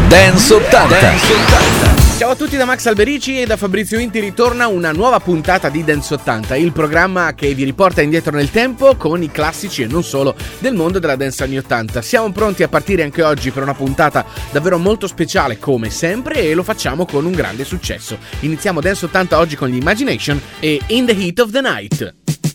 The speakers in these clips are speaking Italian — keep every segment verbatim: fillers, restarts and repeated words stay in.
Dance ottanta. Dance ottanta. Ciao a tutti da Max Alberici e da Fabrizio Inti ritorna una nuova puntata di Dance ottanta, il programma che vi riporta indietro nel tempo con i classici e non solo del mondo della dance anni ottanta. Siamo pronti a partire anche oggi per una puntata davvero molto speciale come sempre e lo facciamo con un grande successo. Iniziamo Dance ottanta oggi con gli Imagination e In the Heat of the Night.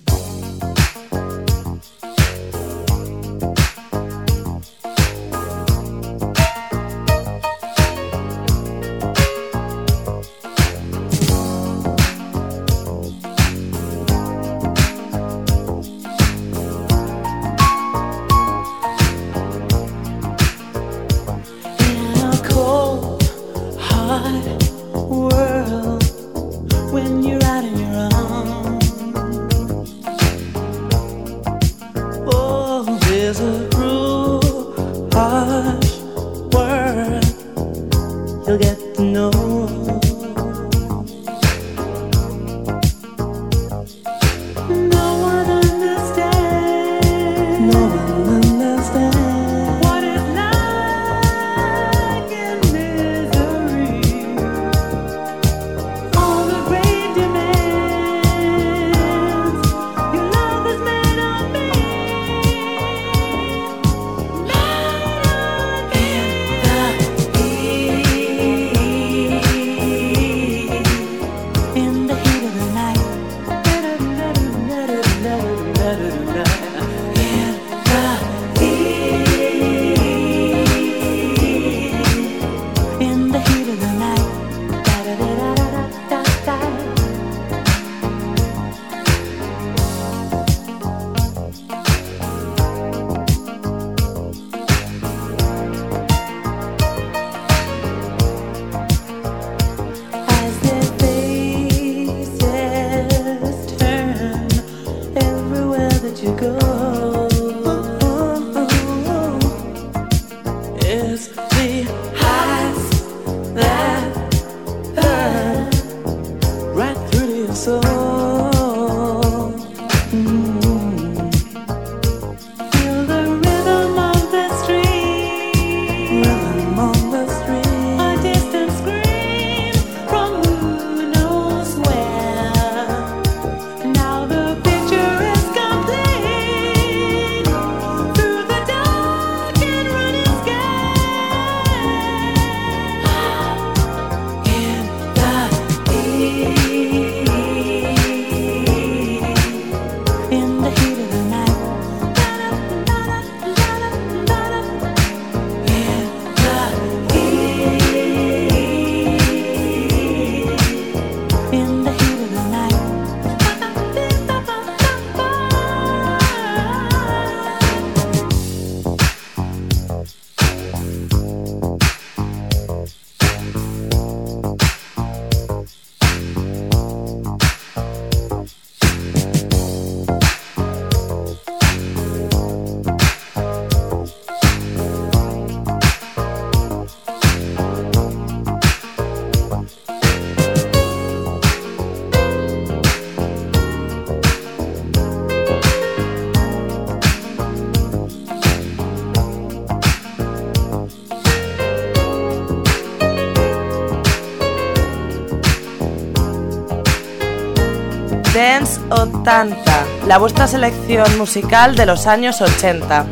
Dance ottanta, la vuestra selección musical de los años ochenta.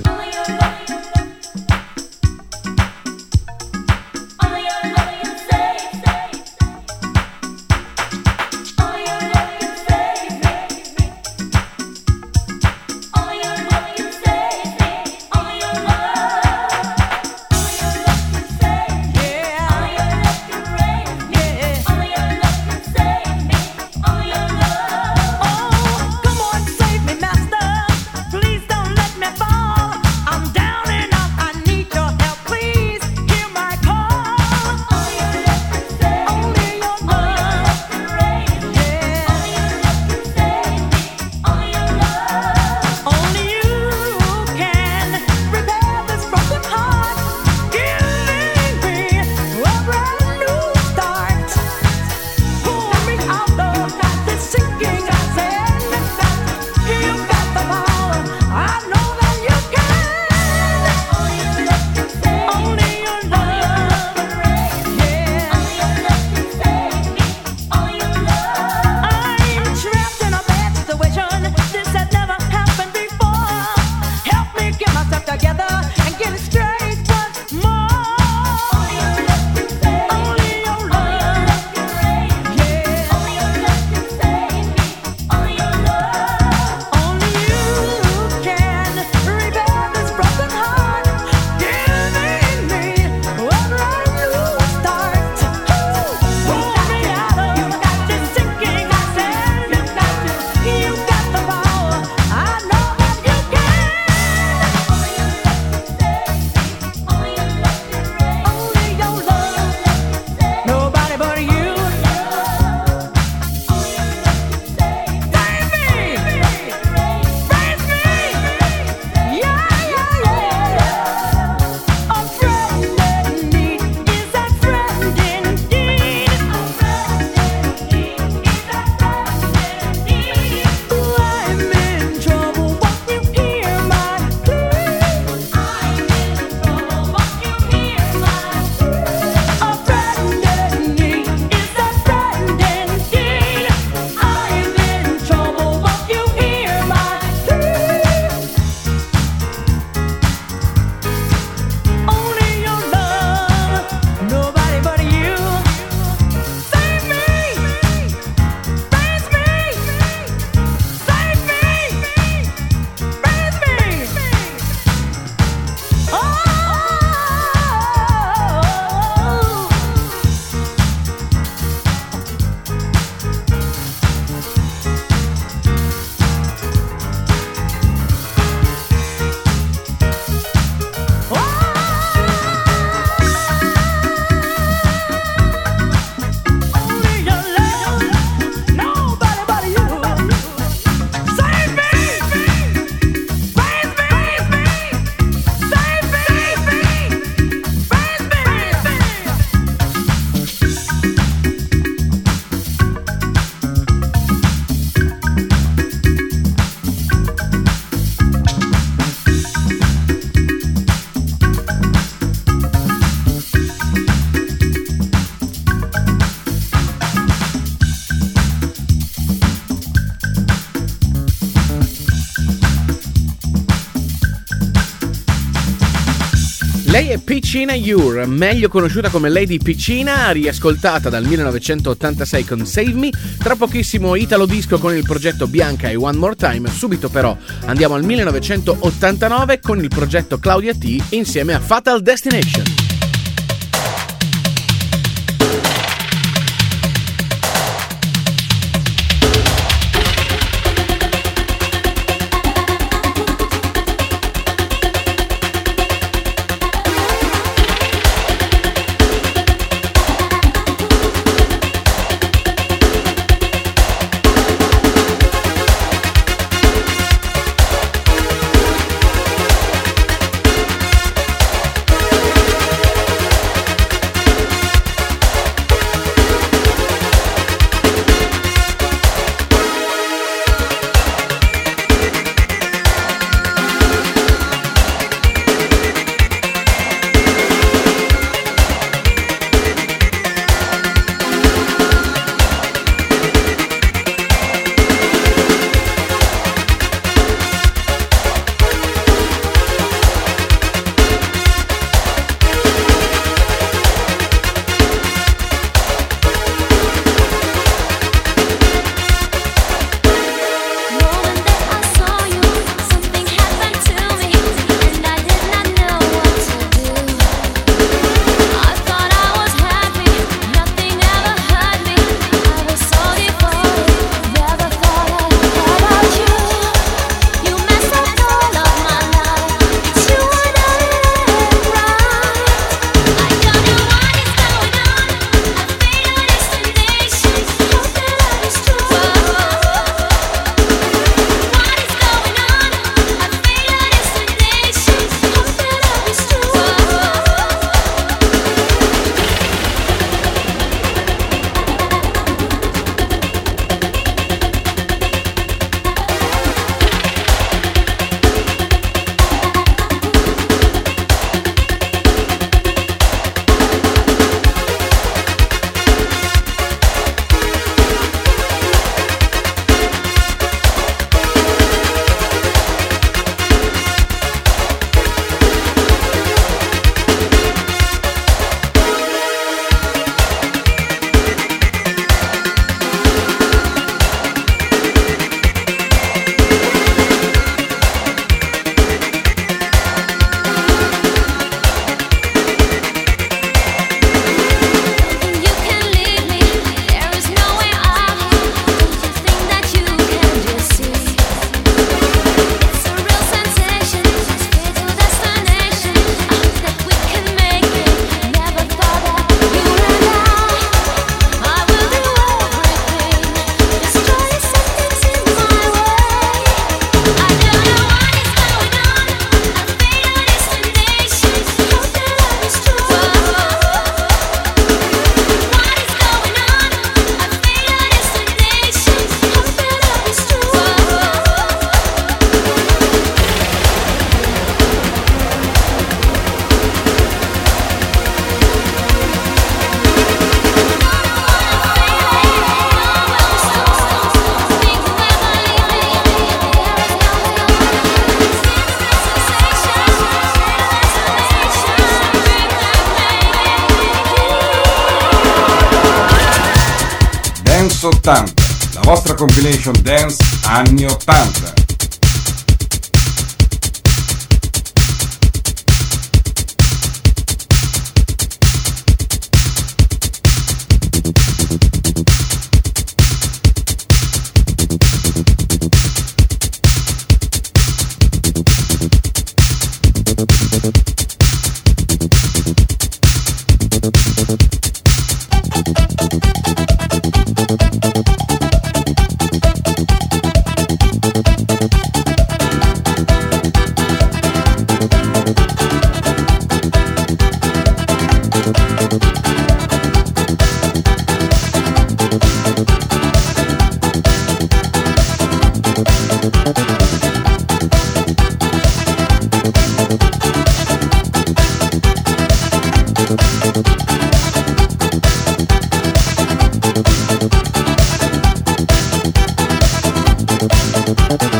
Come on, save me, master. Please don't let me fall. e Piccina Ure, meglio conosciuta come Lady Piccina, riascoltata dal millenovecentottantasei con Save Me, tra pochissimo Italo Disco con il progetto Bianca e One More Time, subito però andiamo al millenovecentottantanove con il progetto Claudia T insieme a Fatal Destination. ottanta, la vostra compilation dance anni ottanta.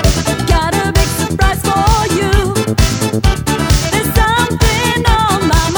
Got a big surprise for you. There's something on my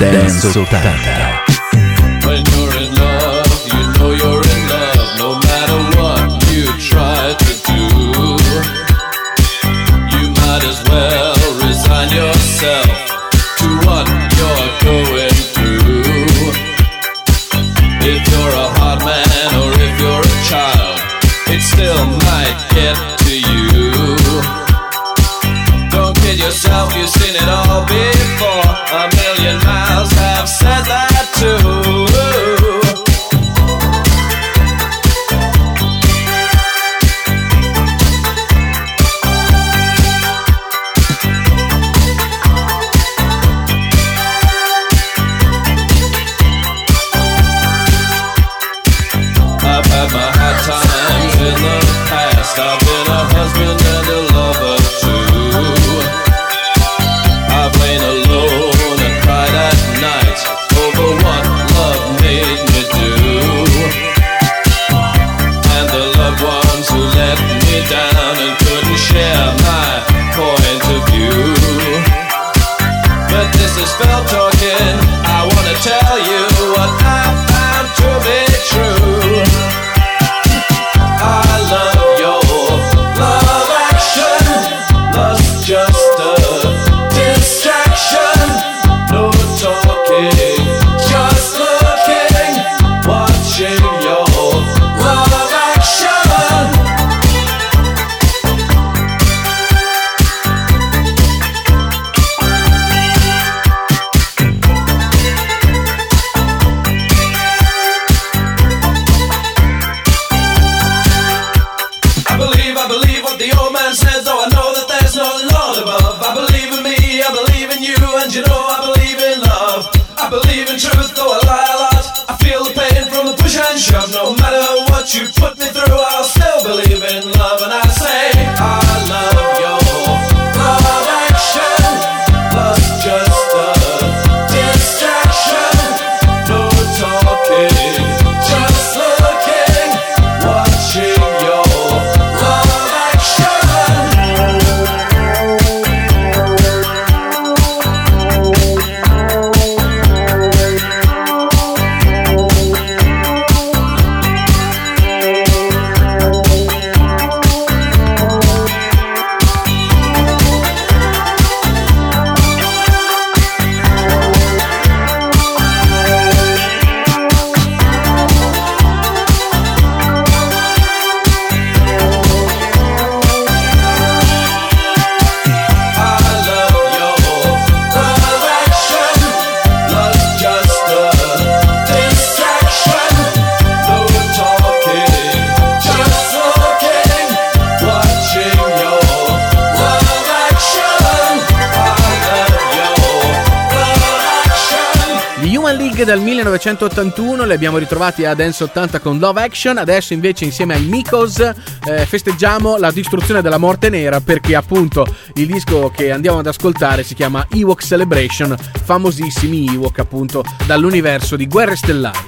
Dance ottanta. When you're in love, you know you're in love, no matter what you try to do. You might as well resign yourself to what you're going through. If you're a hard man or if you're a child, it still might get to you. Don't kid yourself, you've seen it all before. A million miles have said that too. I've had my hard times in the past. I've been a husband and a lover too. I've lain alone and cried at night over what love made me do. And the loved ones who let me down and couldn't share my point of view. But this is Phil talking. I wanna tell you what I found to be true. I love your love action. Love's just a distraction. No talking, just looking, watching your love action. I believe, I believe what the old man says, though I know that there's no Lord above. I believe in me, I believe in you, and you know I believe in love. I believe in truth, though I lie a lot. I feel the pain from the push and shove. No matter what you put me through, I'll still believe in love. And I say, I love your love action. Love's just a distraction. No talking, just looking, watching your love action. Dal millenovecentottantuno li abbiamo ritrovati a Dance ottanta con Love Action. Adesso invece insieme ai Migos eh, festeggiamo la distruzione della morte nera, perché appunto il disco che andiamo ad ascoltare si chiama Ewok Celebration, famosissimi Ewok appunto dall'universo di Guerre Stellari.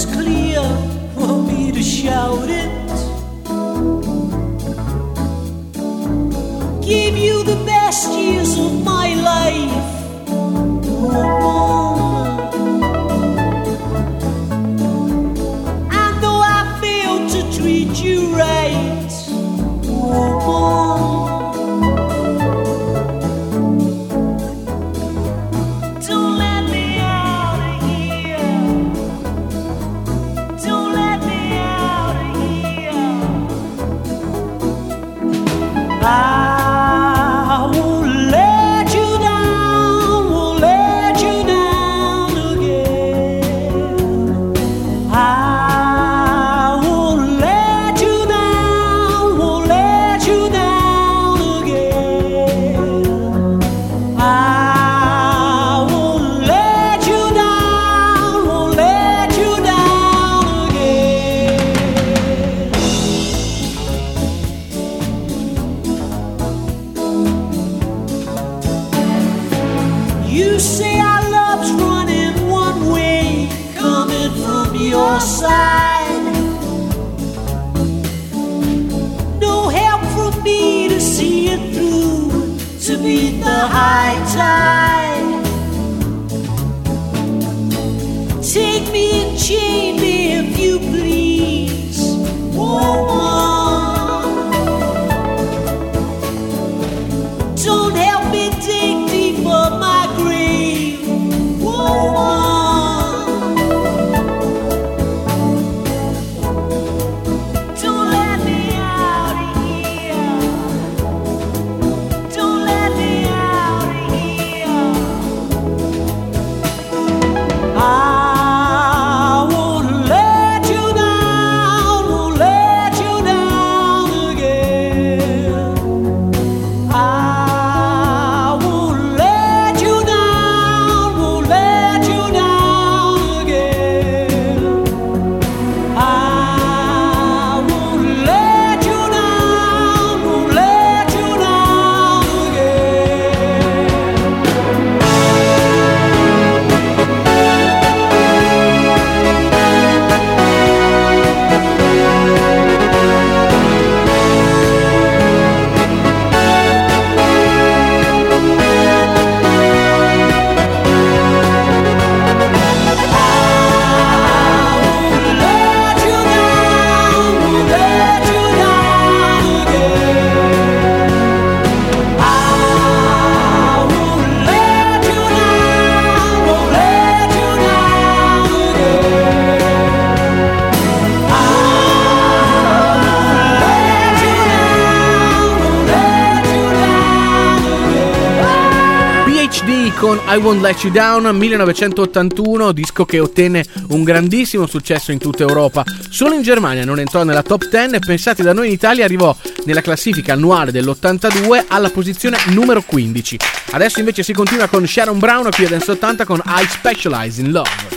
clear for me to shout it. Give you the best years of my life, woman. And though I failed to treat you right, woman, don't let me out of here. Don't let me out of here. I high tide. Take me and chain me if you please, woman. Don't help me dig deep for my grave, woman. Don't let me out of here. Don't let me out of here. I won't let you down, won't let you down again. I won't let you down, won't let you down again. I won't let you down, won't let you down con I Won't Let You Down, millenovecentottantuno, disco che ottenne un grandissimo successo in tutta Europa. Solo in Germania non entrò nella top dieci e pensate, da noi in Italia arrivò nella classifica annuale dell'ottantadue alla posizione numero quindici. Adesso invece si continua con Sharon Brown qui a Dance ottanta con I Specialize in Love.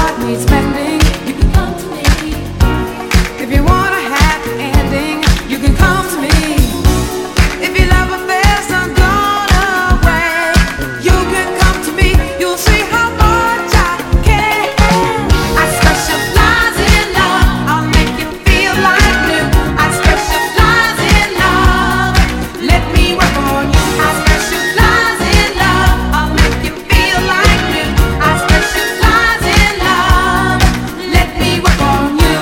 heart needs mending, you can come to me. If you want a happy ending, you can come to me. If your love affairs are gone away, you can come to me. You'll see how much I care. I specialize in love, I'll make you feel like new. I specialize in love, let me work on you. I specialize in love, I'll make you feel like new. I specialize in love, let me work on you.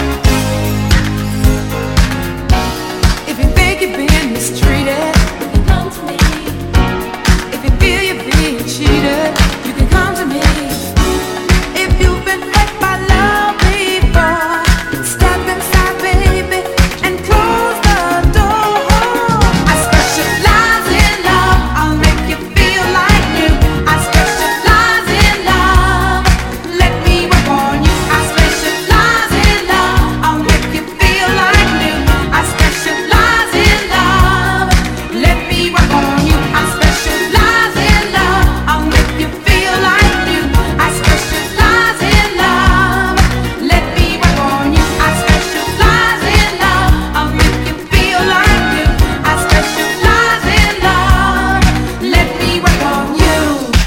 If you think you've been mistreated, you can come to me. If you feel you're being cheated, you can come to me. If you've been hurt by love before, step inside, baby, and close the door. I specialize in love, I'll make you feel like new. I specialize in love, let me work on you. I specialize in love, I'll make you feel like new. I specialize in love, let me work on you. I specialize in love, I'll make you feel like new. I specialize in love, let me work on you. I specialize in love, I'll make you feel like new. I specialize in love, let me work on you.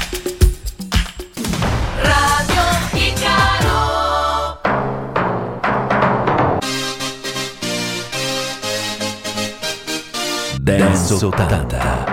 Radio Icaro. Dance ottanta.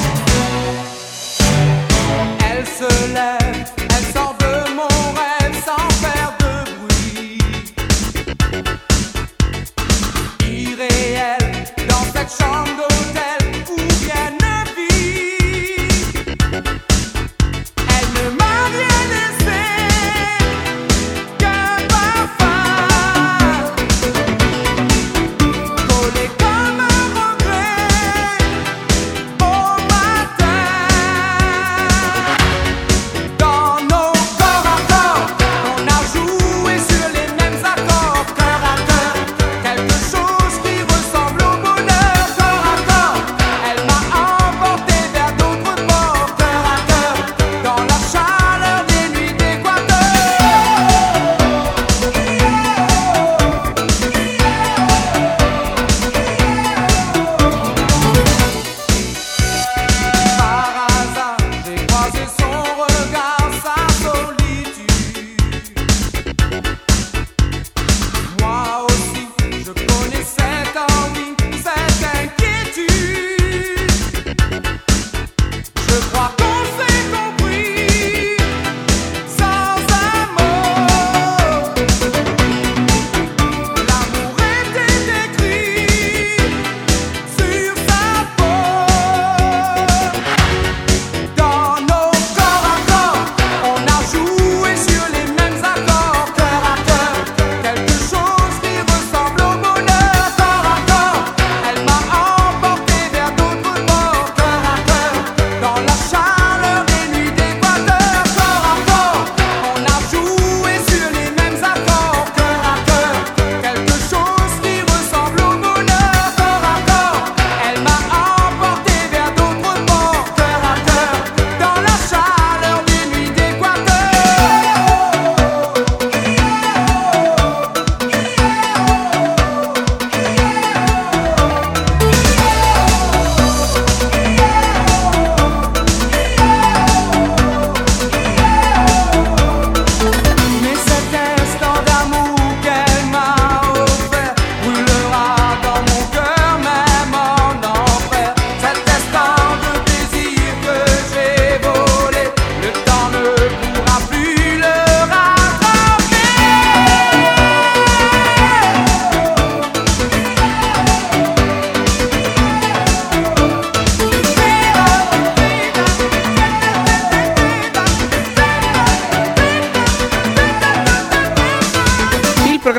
Elle se lève, elle sort de mon rêve sans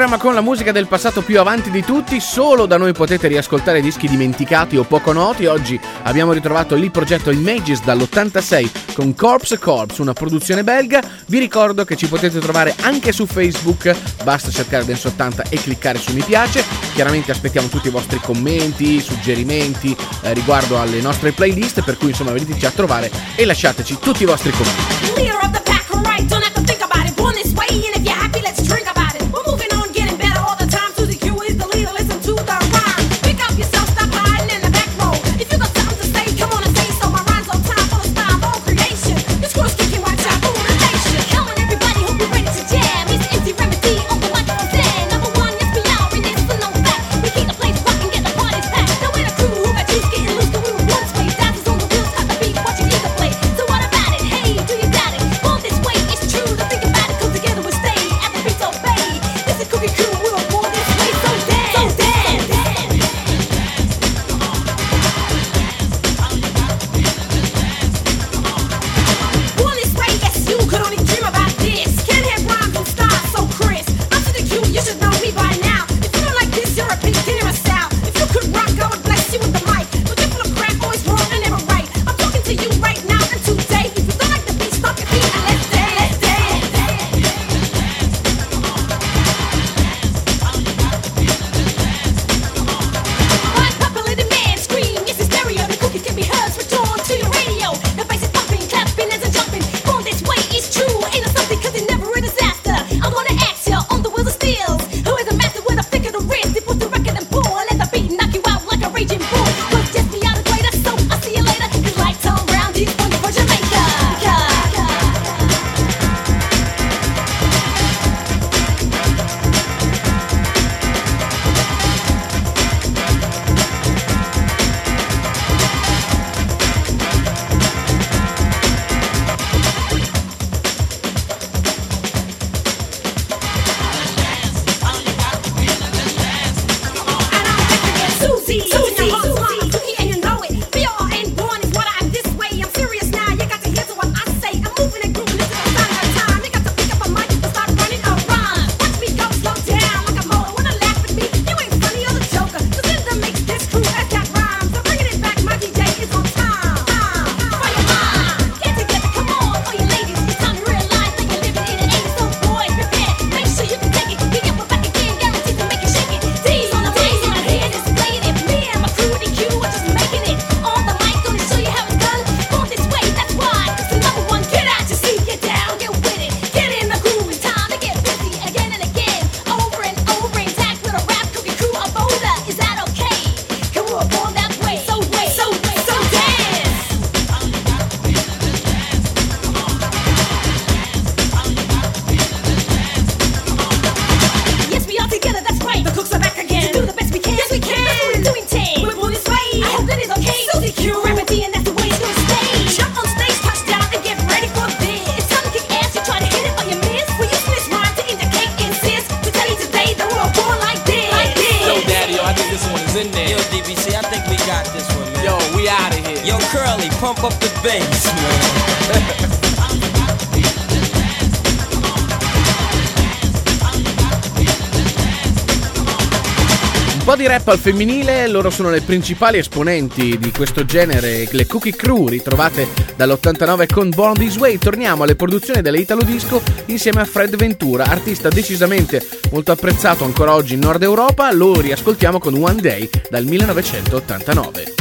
programma con la musica del passato più avanti di tutti. Solo da noi potete riascoltare dischi dimenticati o poco noti. Oggi abbiamo ritrovato il progetto Images dall'ottantasei con Corpse Corpse, una produzione belga. Vi ricordo che ci potete trovare anche su Facebook, basta cercare Dance ottanta e cliccare su mi piace. Chiaramente aspettiamo tutti i vostri commenti, suggerimenti eh, riguardo alle nostre playlist, per cui insomma veniteci a trovare e lasciateci tutti i vostri commenti. Pump up the bass, man. Un po' di rap al femminile, loro sono le principali esponenti di questo genere, le Cookie Crew, ritrovate dall'ottantanove con Born This Way. Torniamo alle produzioni delle Italo Disco insieme a Fred Ventura, artista decisamente molto apprezzato ancora oggi in Nord Europa. Lo riascoltiamo con One Day dal millenovecentottantanove.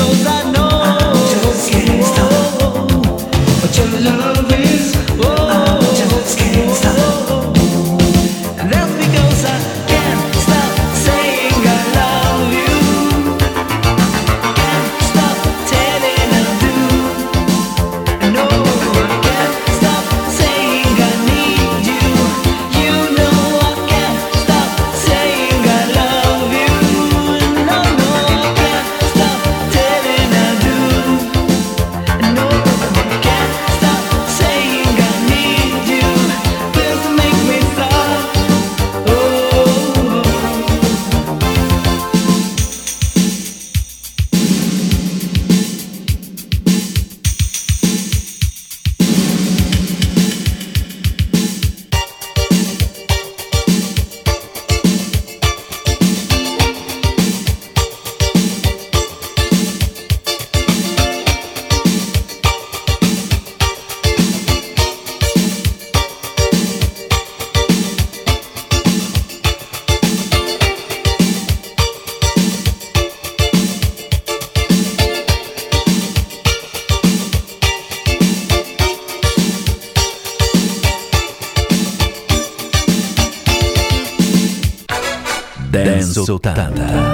'cause I know I just can't stop. What your love is, I just can't stop. And that's because I can't stop saying I love you. Can't stop telling I do. No, I can't stop saying I need you. You know I can't stop saying I love you. No, no, I can't stop telling I do. No, I can't stop saying I need you. This makes me stop. Oh. Dance ottanta.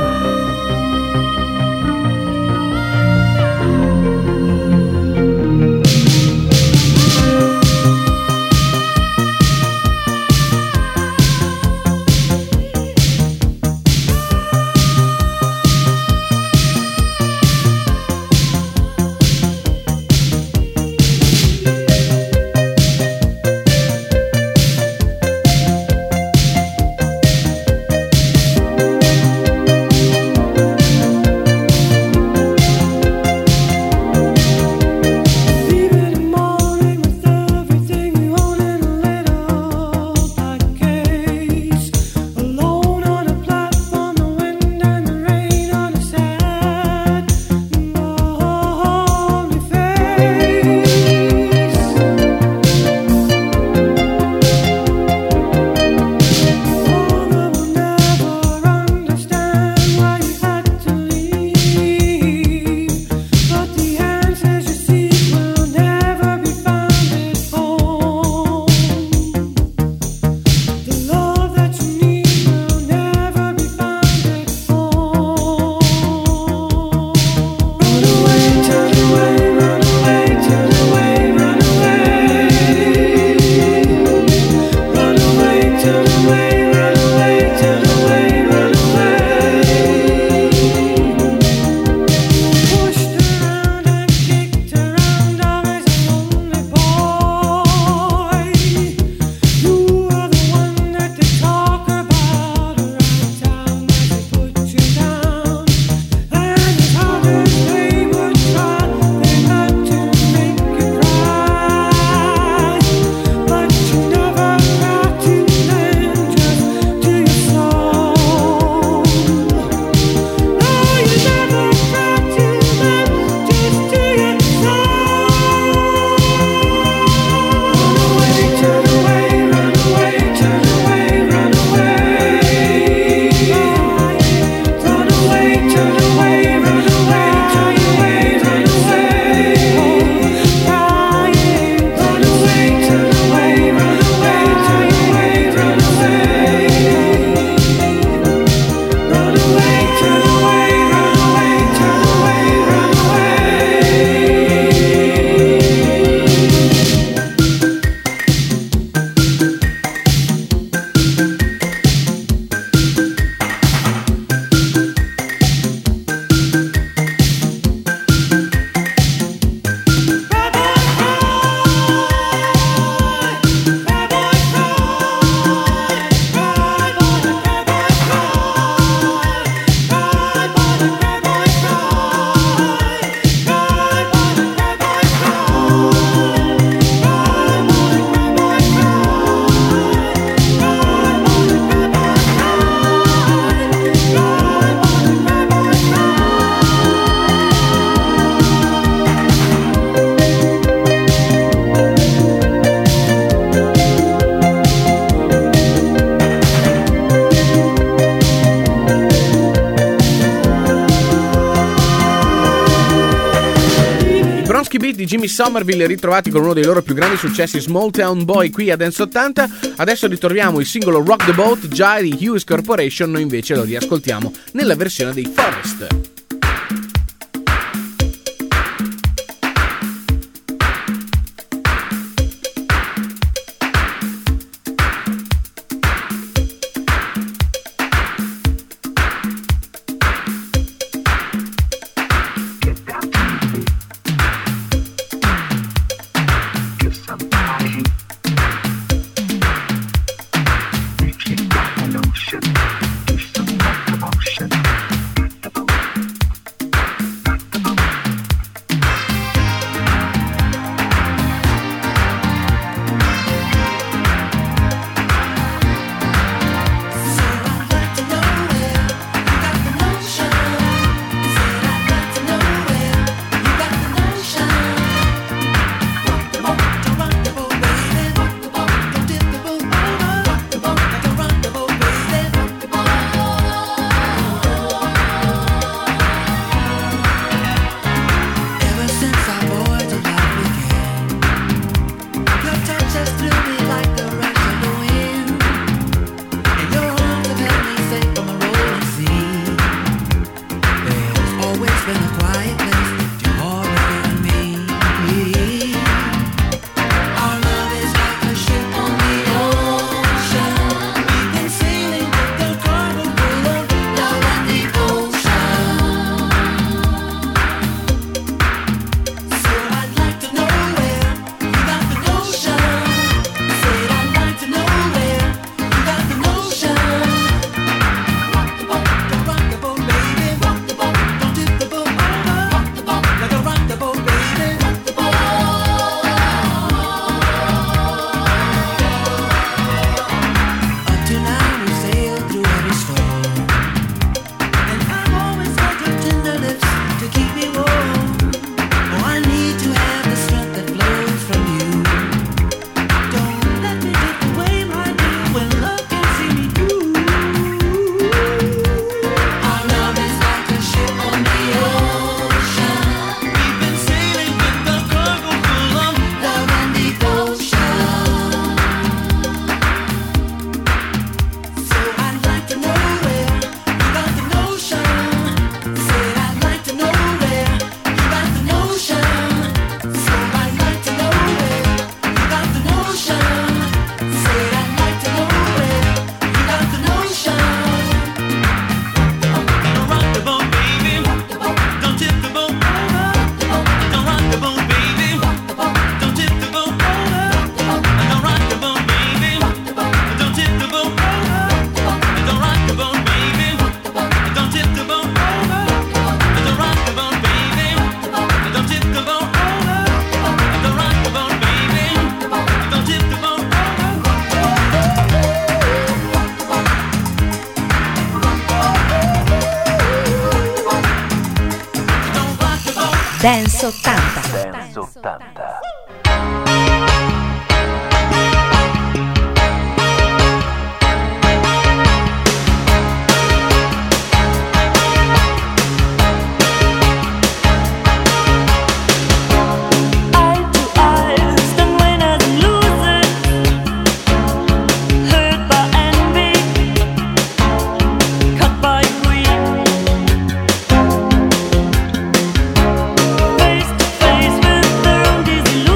Bronski Beat di Jimmy Somerville, ritrovati con uno dei loro più grandi successi, Small Town Boy, qui a Dance ottanta. Adesso ritroviamo il singolo Rock the Boat, già di Hughes Corporation, noi invece lo riascoltiamo nella versione dei Forest. Dance ottanta. Dance ottanta. Face to face with their own disillusion.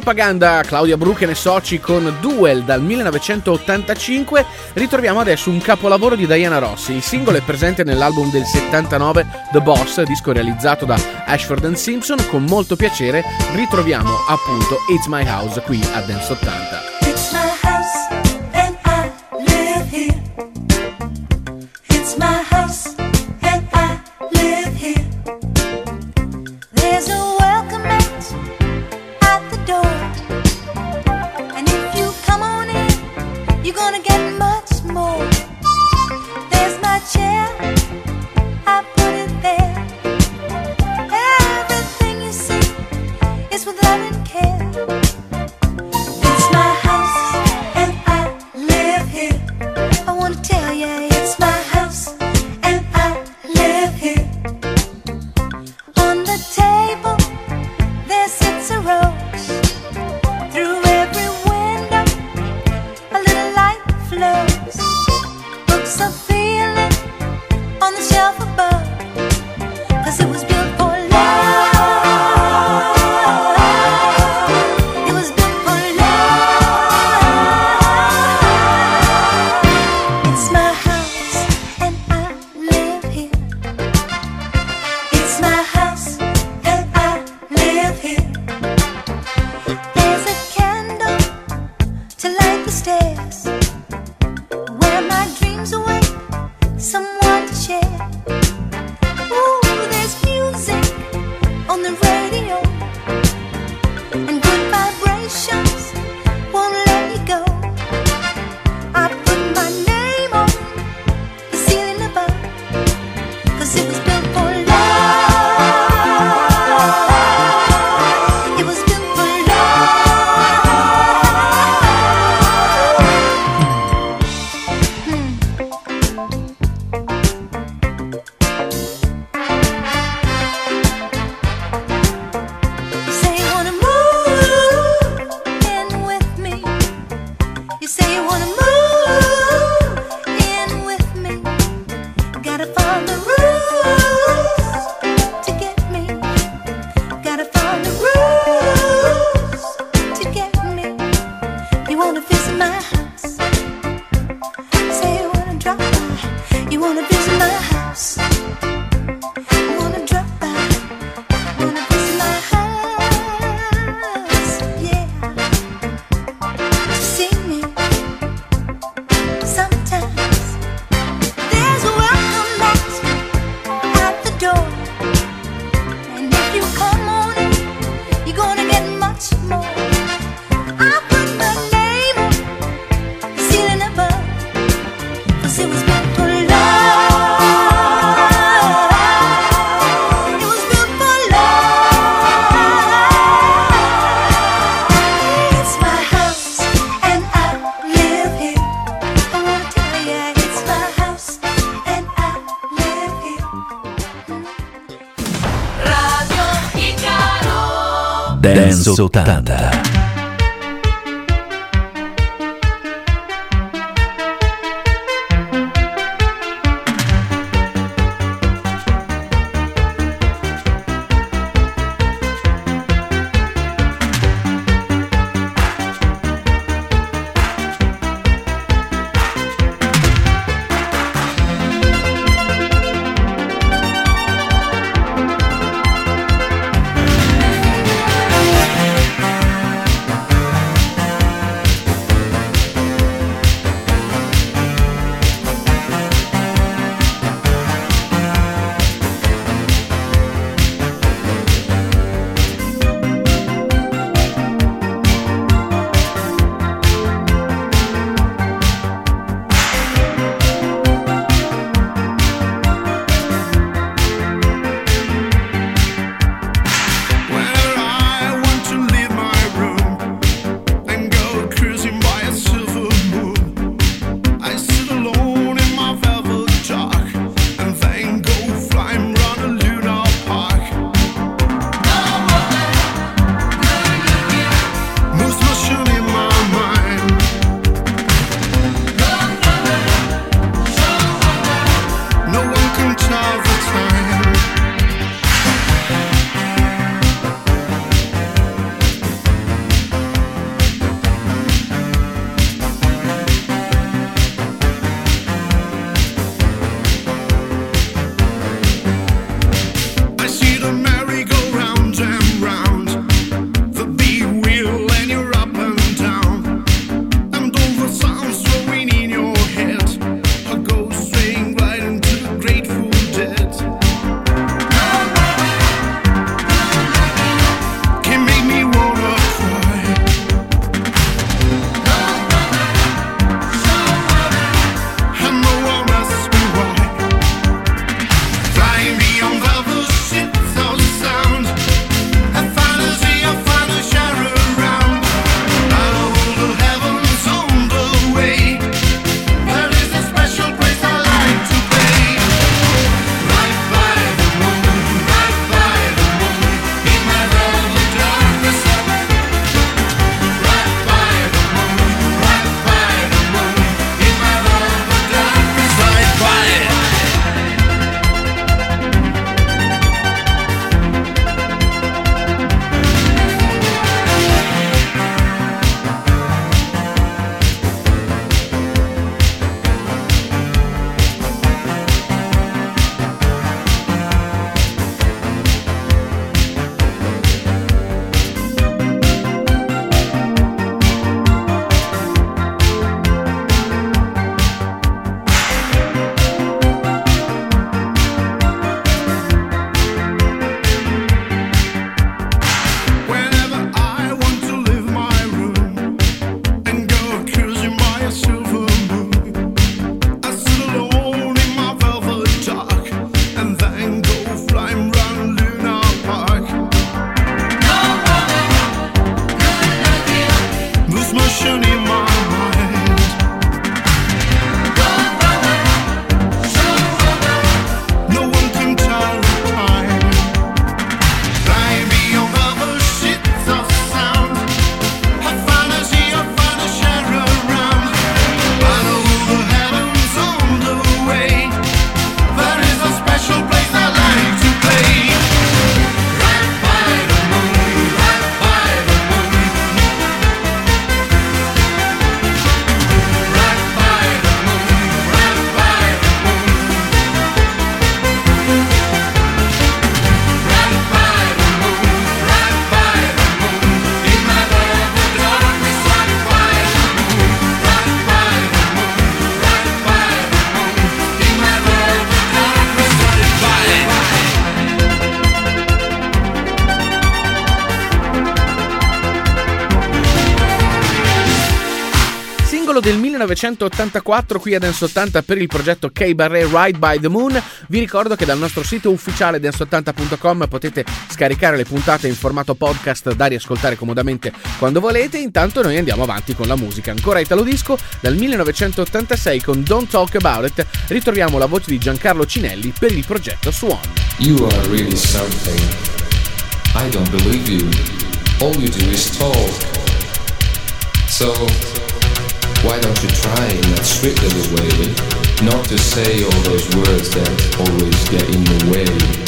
propaganda Claudia Bruchen e Soci con Duel dal millenovecentottantacinque, ritroviamo adesso un capolavoro di Diana Ross. Il singolo è presente nell'album del settantanove The Boss, disco realizzato da Ashford and Simpson. Con molto piacere ritroviamo appunto It's My House qui a Dance ottanta. It's my house and I live here. It's my house and I live here. There's a welcome mat at the door, and if you come on in, you're gonna get much more. There's my chair, I put it there. Everything you see is with love and care. It's my house and I live here. I wanna tell ya, it's my house and I live here. On the table there sits a rose. Through every window a little light flows. Books are feeling on the shelf above, 'cause it was built for love. It was built for love. It's my house and I live here. It's my house and I live here. There's a candle to light the stairs, where my dreams await someone to share. Ooh, there's music on the radio, and good vibrations won't let me go. I put my name on the ceiling above, 'cause it was built for love. It was built for You say you wanna move in with me. You say you wanna move in with me. Gotta follow the rules to get me. Gotta follow the rules to get me. You wanna visit my house. Say you wanna drop by. You wanna visit my house. You wanna drop by. Wanna visit my house, yeah. To see me sometimes. There's a welcome mat at the door, and if you come on in, you're gonna get much more. I put my name on the ceiling above, 'cause it was built for love. It was built for love. It's my house and I live here. I wanna tell ya, it's my house and I live here. Radio Icaro. Dance ottanta. motion in my mind. No one can tell the time. Fly beyond other shits of sound. Have fantasy, have fun, share around. Follow the heavens on the way. There is a special place I like to play. Right by the moon, right by the moon. Right by the moon, right by the moon. Right by the moon, right by the moon. In my velvet darkness, right by the moon. Right by the moon, right by the moon. In my velvet darkness, right by the moon. Singolo del millenovecentottantaquattro qui a Dance ottanta per il progetto K-Barré Ride by the Moon. Vi ricordo che dal nostro sito ufficiale dance ottanta punto com potete scaricare le puntate in formato podcast da riascoltare comodamente quando volete. Intanto noi andiamo avanti con la musica. Ancora Italo Disco dal millenovecentottantasei con Don't Talk About It. Ritroviamo la voce di Giancarlo Cinelli per il progetto Swan. You are really something. I don't believe you. All you do is talk. So, why don't you try in that sweet little way not to say all those words that always get in the way?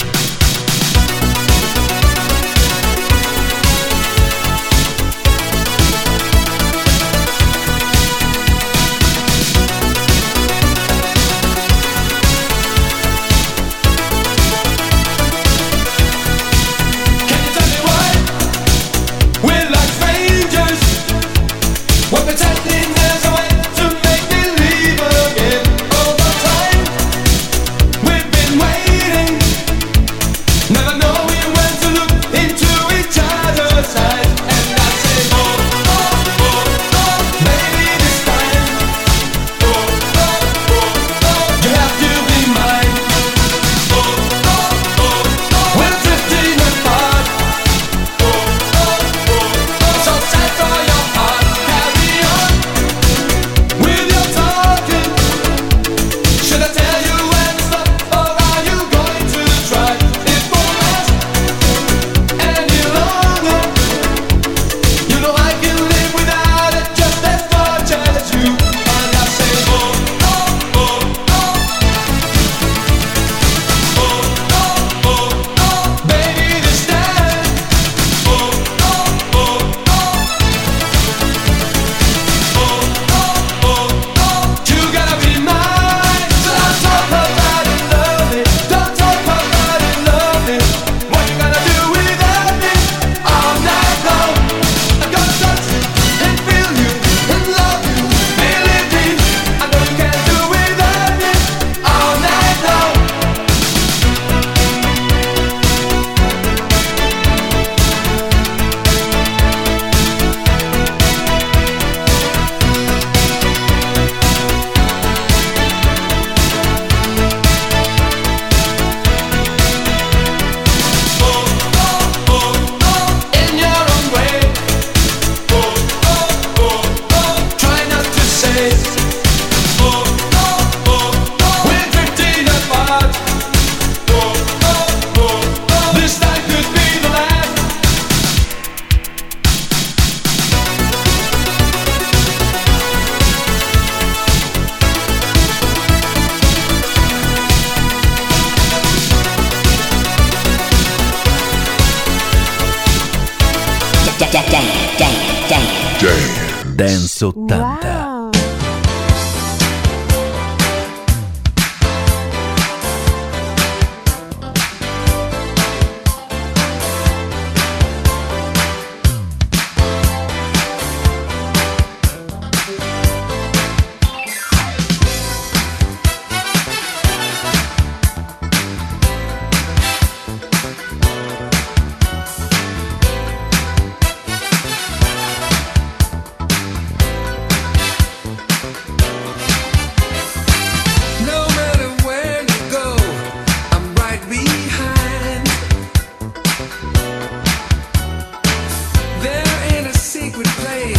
Dance ottanta.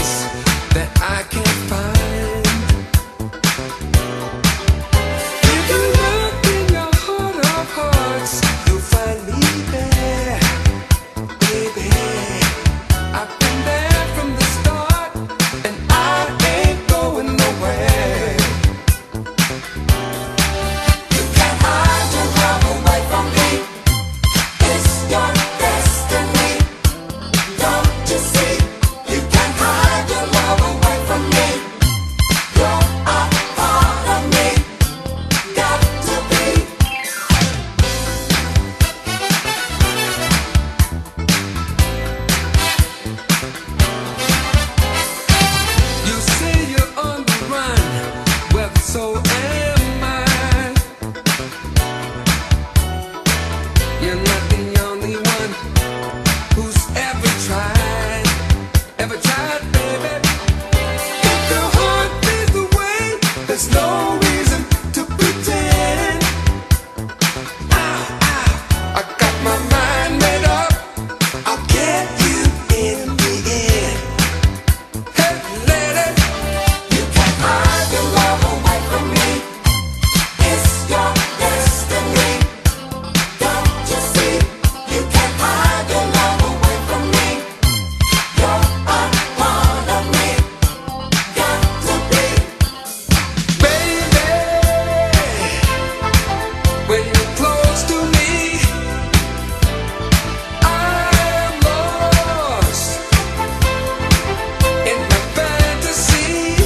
place that I can't find. If you look in your heart of hearts, you'll find me there, baby. I've been there from the start, and I ain't going nowhere. You can't hide your love away from me. It's your destiny. Don't you see? You can't hide your love away from me. You're a part of me. Got to be. You say you're on the run, well, so am I. You're not the only one who's ever tried, ever tried, baby. If your heart is the way, there's no reason to pretend. Ow, ow, I got my mind made up. I'll get you in the end. Hey, lady, you can't hide your love away from me. It's your destiny. Don't you see? You can't hide your love away from me. You're a part of me. Got to be. Baby, when you're close to me, I'm lost in my fantasy.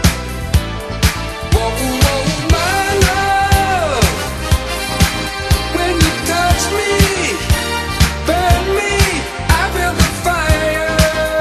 Whoa, whoa, my love. When you touch me, burn me, I feel the fire.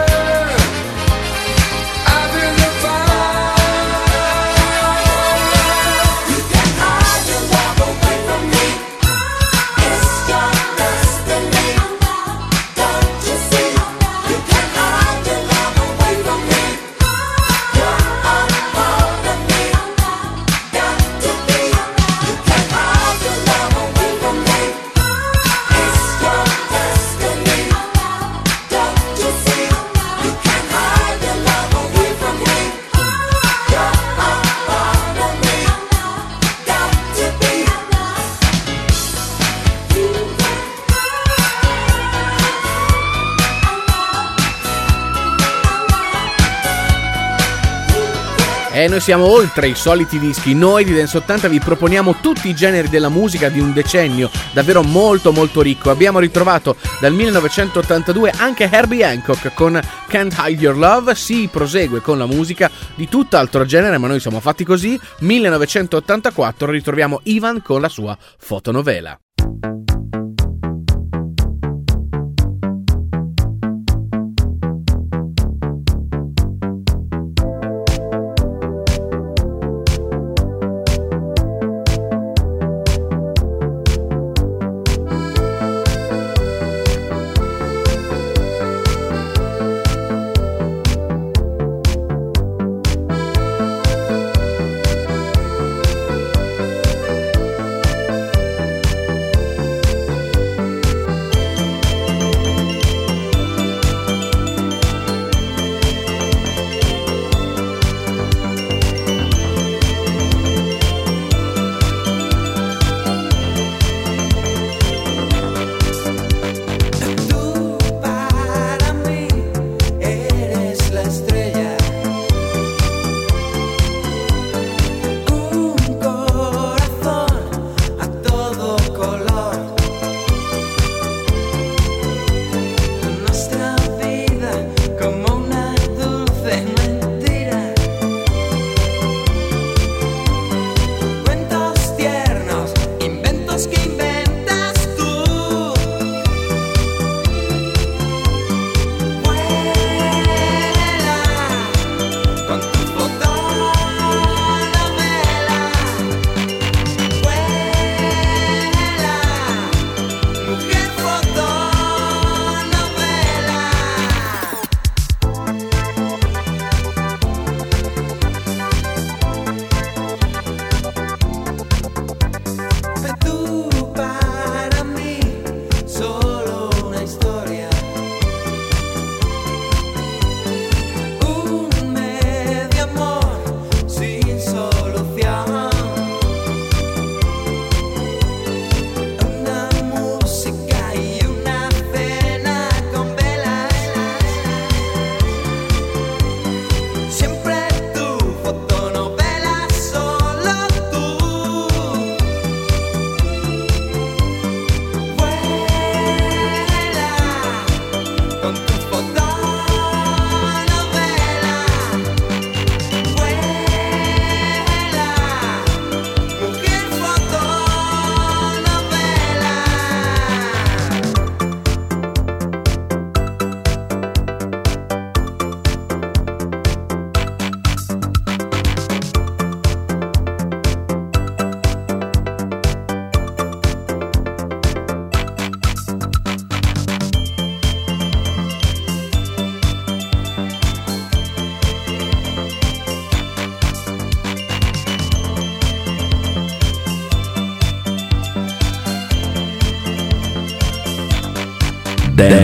I feel the fire. You can't hide your love away from me. It's your destiny. Don't you see? You can't hide your love away from me. You're a part of me. Got to be. You can't hide your love away from me. It's your destiny. Don't you see? You can't hide your love away from me. You're a part of me. Got to be. E noi siamo oltre i soliti dischi. Noi di Dance ottanta vi proponiamo tutti i generi della musica di un decennio davvero molto molto ricco. Abbiamo ritrovato dal millenovecentottantadue anche Herbie Hancock con Can't Hide Your Love. Si prosegue con la musica di tutt'altro genere, ma noi siamo fatti così. millenovecentottantaquattro ritroviamo Ivan con la sua fotonovela.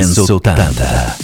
Dance ottanta.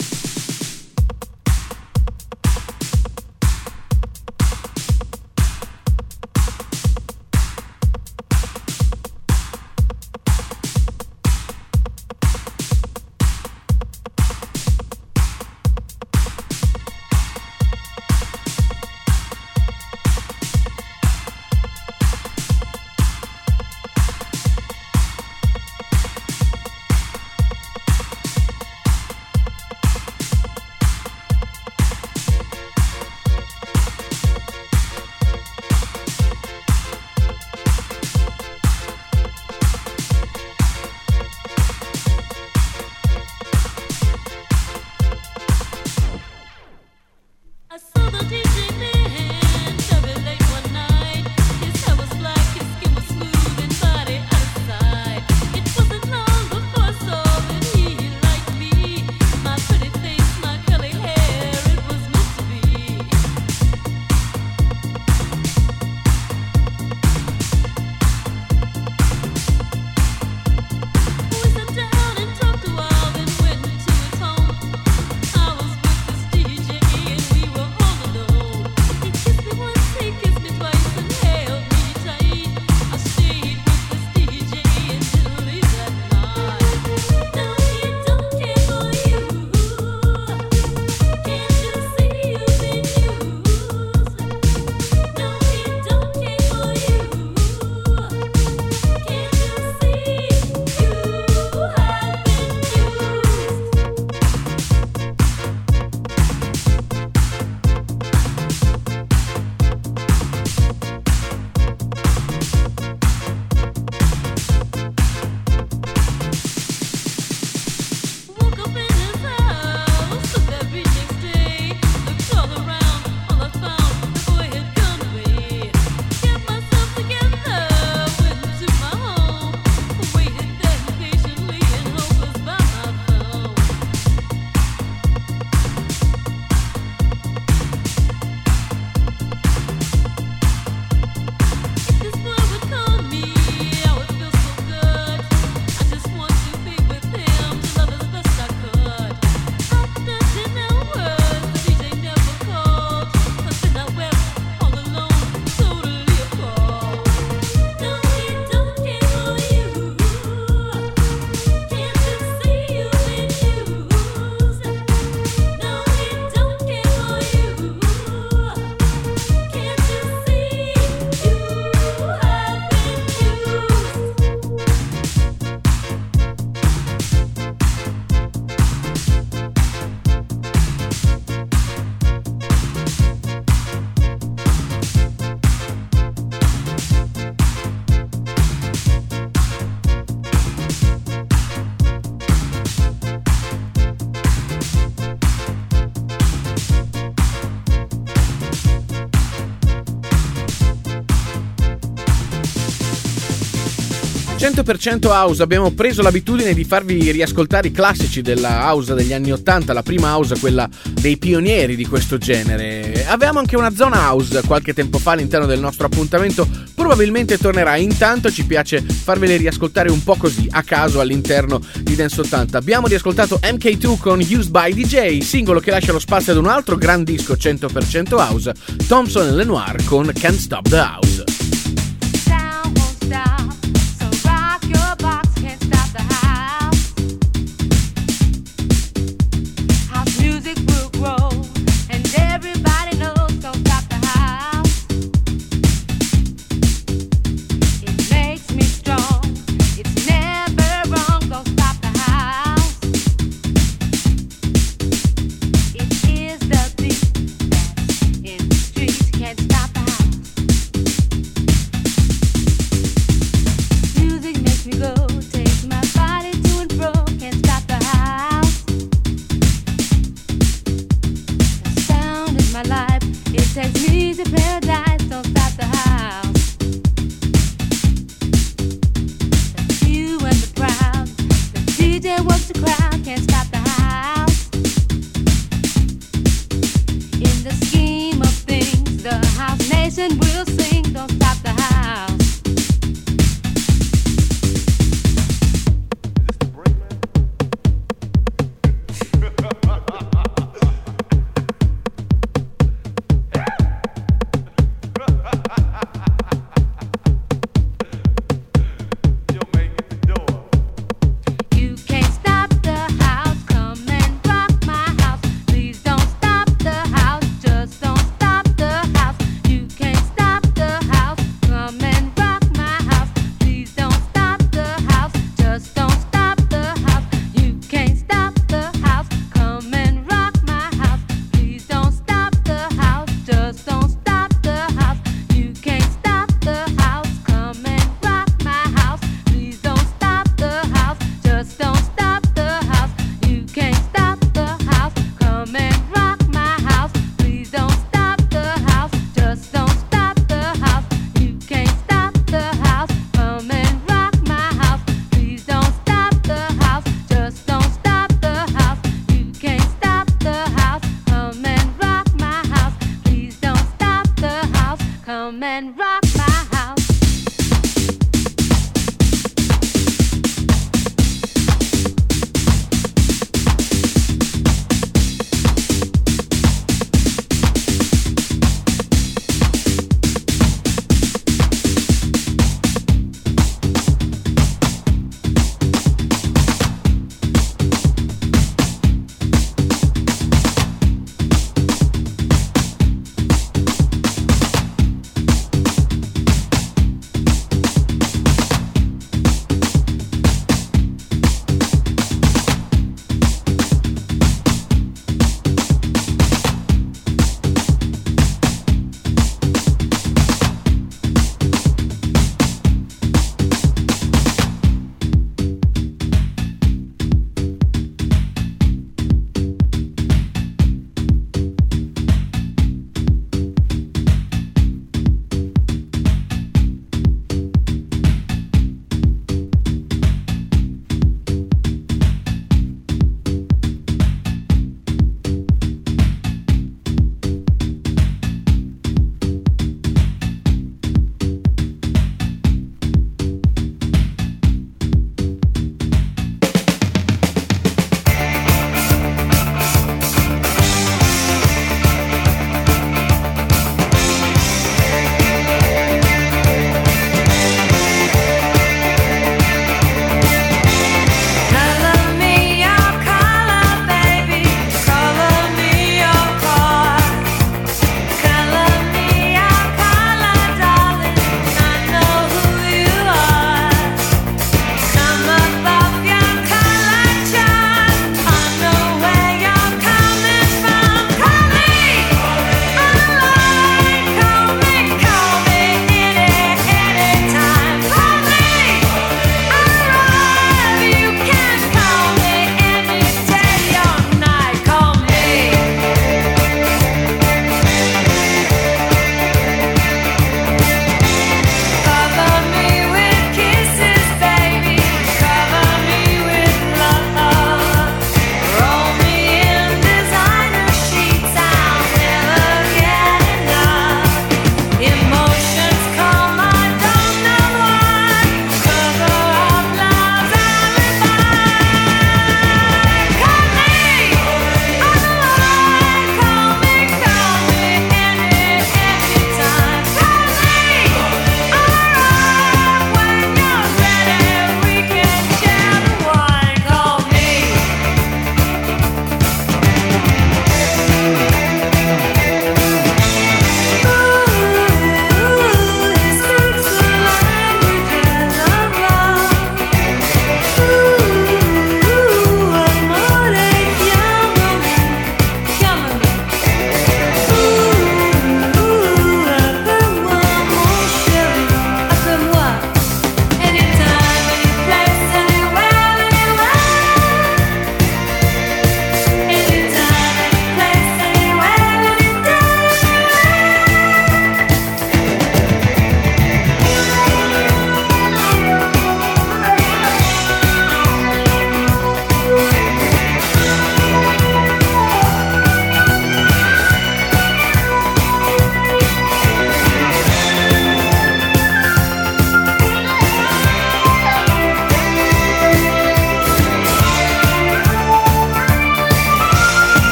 cento per cento House, abbiamo preso l'abitudine di farvi riascoltare i classici della House degli anni ottanta, la prima House, quella dei pionieri di questo genere. Avevamo anche una zona House qualche tempo fa all'interno del nostro appuntamento, probabilmente tornerà. Intanto ci piace farvele riascoltare un po' così, a caso, all'interno di Dance ottanta. Abbiamo riascoltato M K due con Used by D J, singolo che lascia lo spazio ad un altro gran disco cento per cento House, Thompson e Lenoir con Can't Stop the House.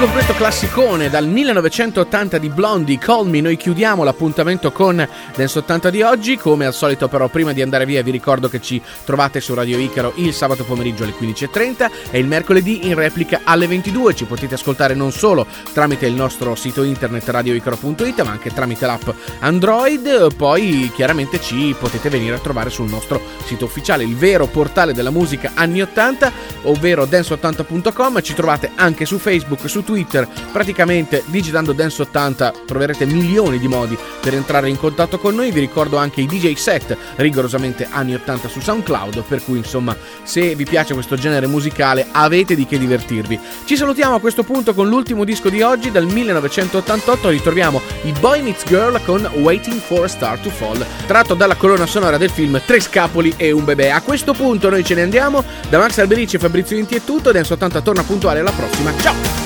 completo classicone dal millenovecentottanta di Blondie, Call Me. Noi chiudiamo l'appuntamento con Dance ottanta di oggi. Come al solito però, prima di andare via vi ricordo che ci trovate su Radio Icaro il sabato pomeriggio alle quindici e trenta e il mercoledì in replica alle ventidue. Ci potete ascoltare non solo tramite il nostro sito internet radioicaro punto it ma anche tramite l'app Android. Poi chiaramente ci potete venire a trovare sul nostro sito ufficiale, il vero portale della musica anni ottanta, ovvero dance ottanta punto com. Ci trovate anche su Facebook, su Twitter. Praticamente digitando Dance ottanta troverete milioni di modi per entrare in contatto con noi. Vi ricordo anche i D J set rigorosamente anni ottanta su SoundCloud, per cui insomma, se vi piace questo genere musicale avete di che divertirvi. Ci salutiamo a questo punto con l'ultimo disco di oggi dal millenovecentottantotto. Ritroviamo i Boy Meets Girl con Waiting for a Star to Fall, tratto dalla colonna sonora del film Tre scapoli e un bebè. A questo punto noi ce ne andiamo. Da Max Alberici e Fabrizio Inti è tutto. Dance ottanta torna puntuale alla prossima. Ciao!